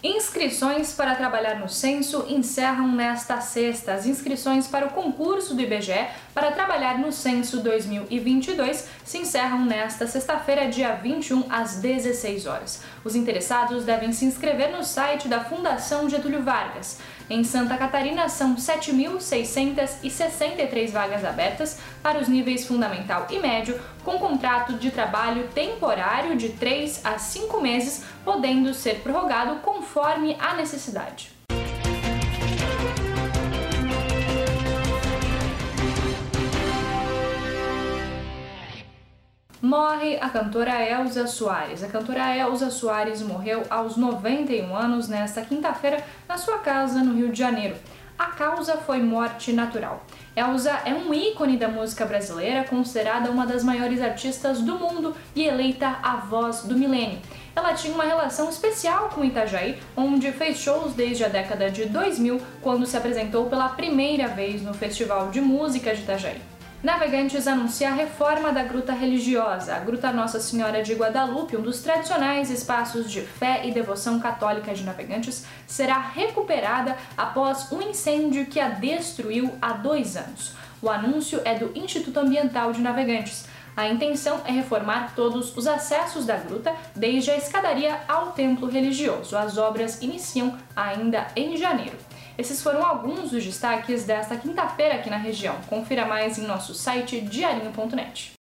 Inscrições para trabalhar no censo encerram nesta sexta. As inscrições para o concurso do IBGE para trabalhar no censo 2022 se encerram nesta sexta-feira, dia 21, às 16 horas. Os interessados devem se inscrever no site da Fundação Getúlio Vargas. Em Santa Catarina, são 7.663 vagas abertas para os níveis fundamental e médio, com contrato de trabalho temporário de 3 a 5 meses, podendo ser prorrogado conforme a necessidade. Morre a cantora Elza Soares. A cantora Elza Soares morreu aos 91 anos nesta quinta-feira na sua casa no Rio de Janeiro. A causa foi morte natural. Elza é um ícone da música brasileira, considerada uma das maiores artistas do mundo e eleita a voz do milênio. Ela tinha uma relação especial com Itajaí, onde fez shows desde a década de 2000, quando se apresentou pela primeira vez no Festival de Música de Itajaí. Navegantes anuncia a reforma da Gruta Religiosa. A Gruta Nossa Senhora de Guadalupe, um dos tradicionais espaços de fé e devoção católica de Navegantes, será recuperada após um incêndio que a destruiu há 2 anos. O anúncio é do Instituto Ambiental de Navegantes. A intenção é reformar todos os acessos da gruta, desde a escadaria ao templo religioso. As obras iniciam ainda em janeiro. Esses foram alguns dos destaques desta quinta-feira aqui na região. Confira mais em nosso site diarinho.net.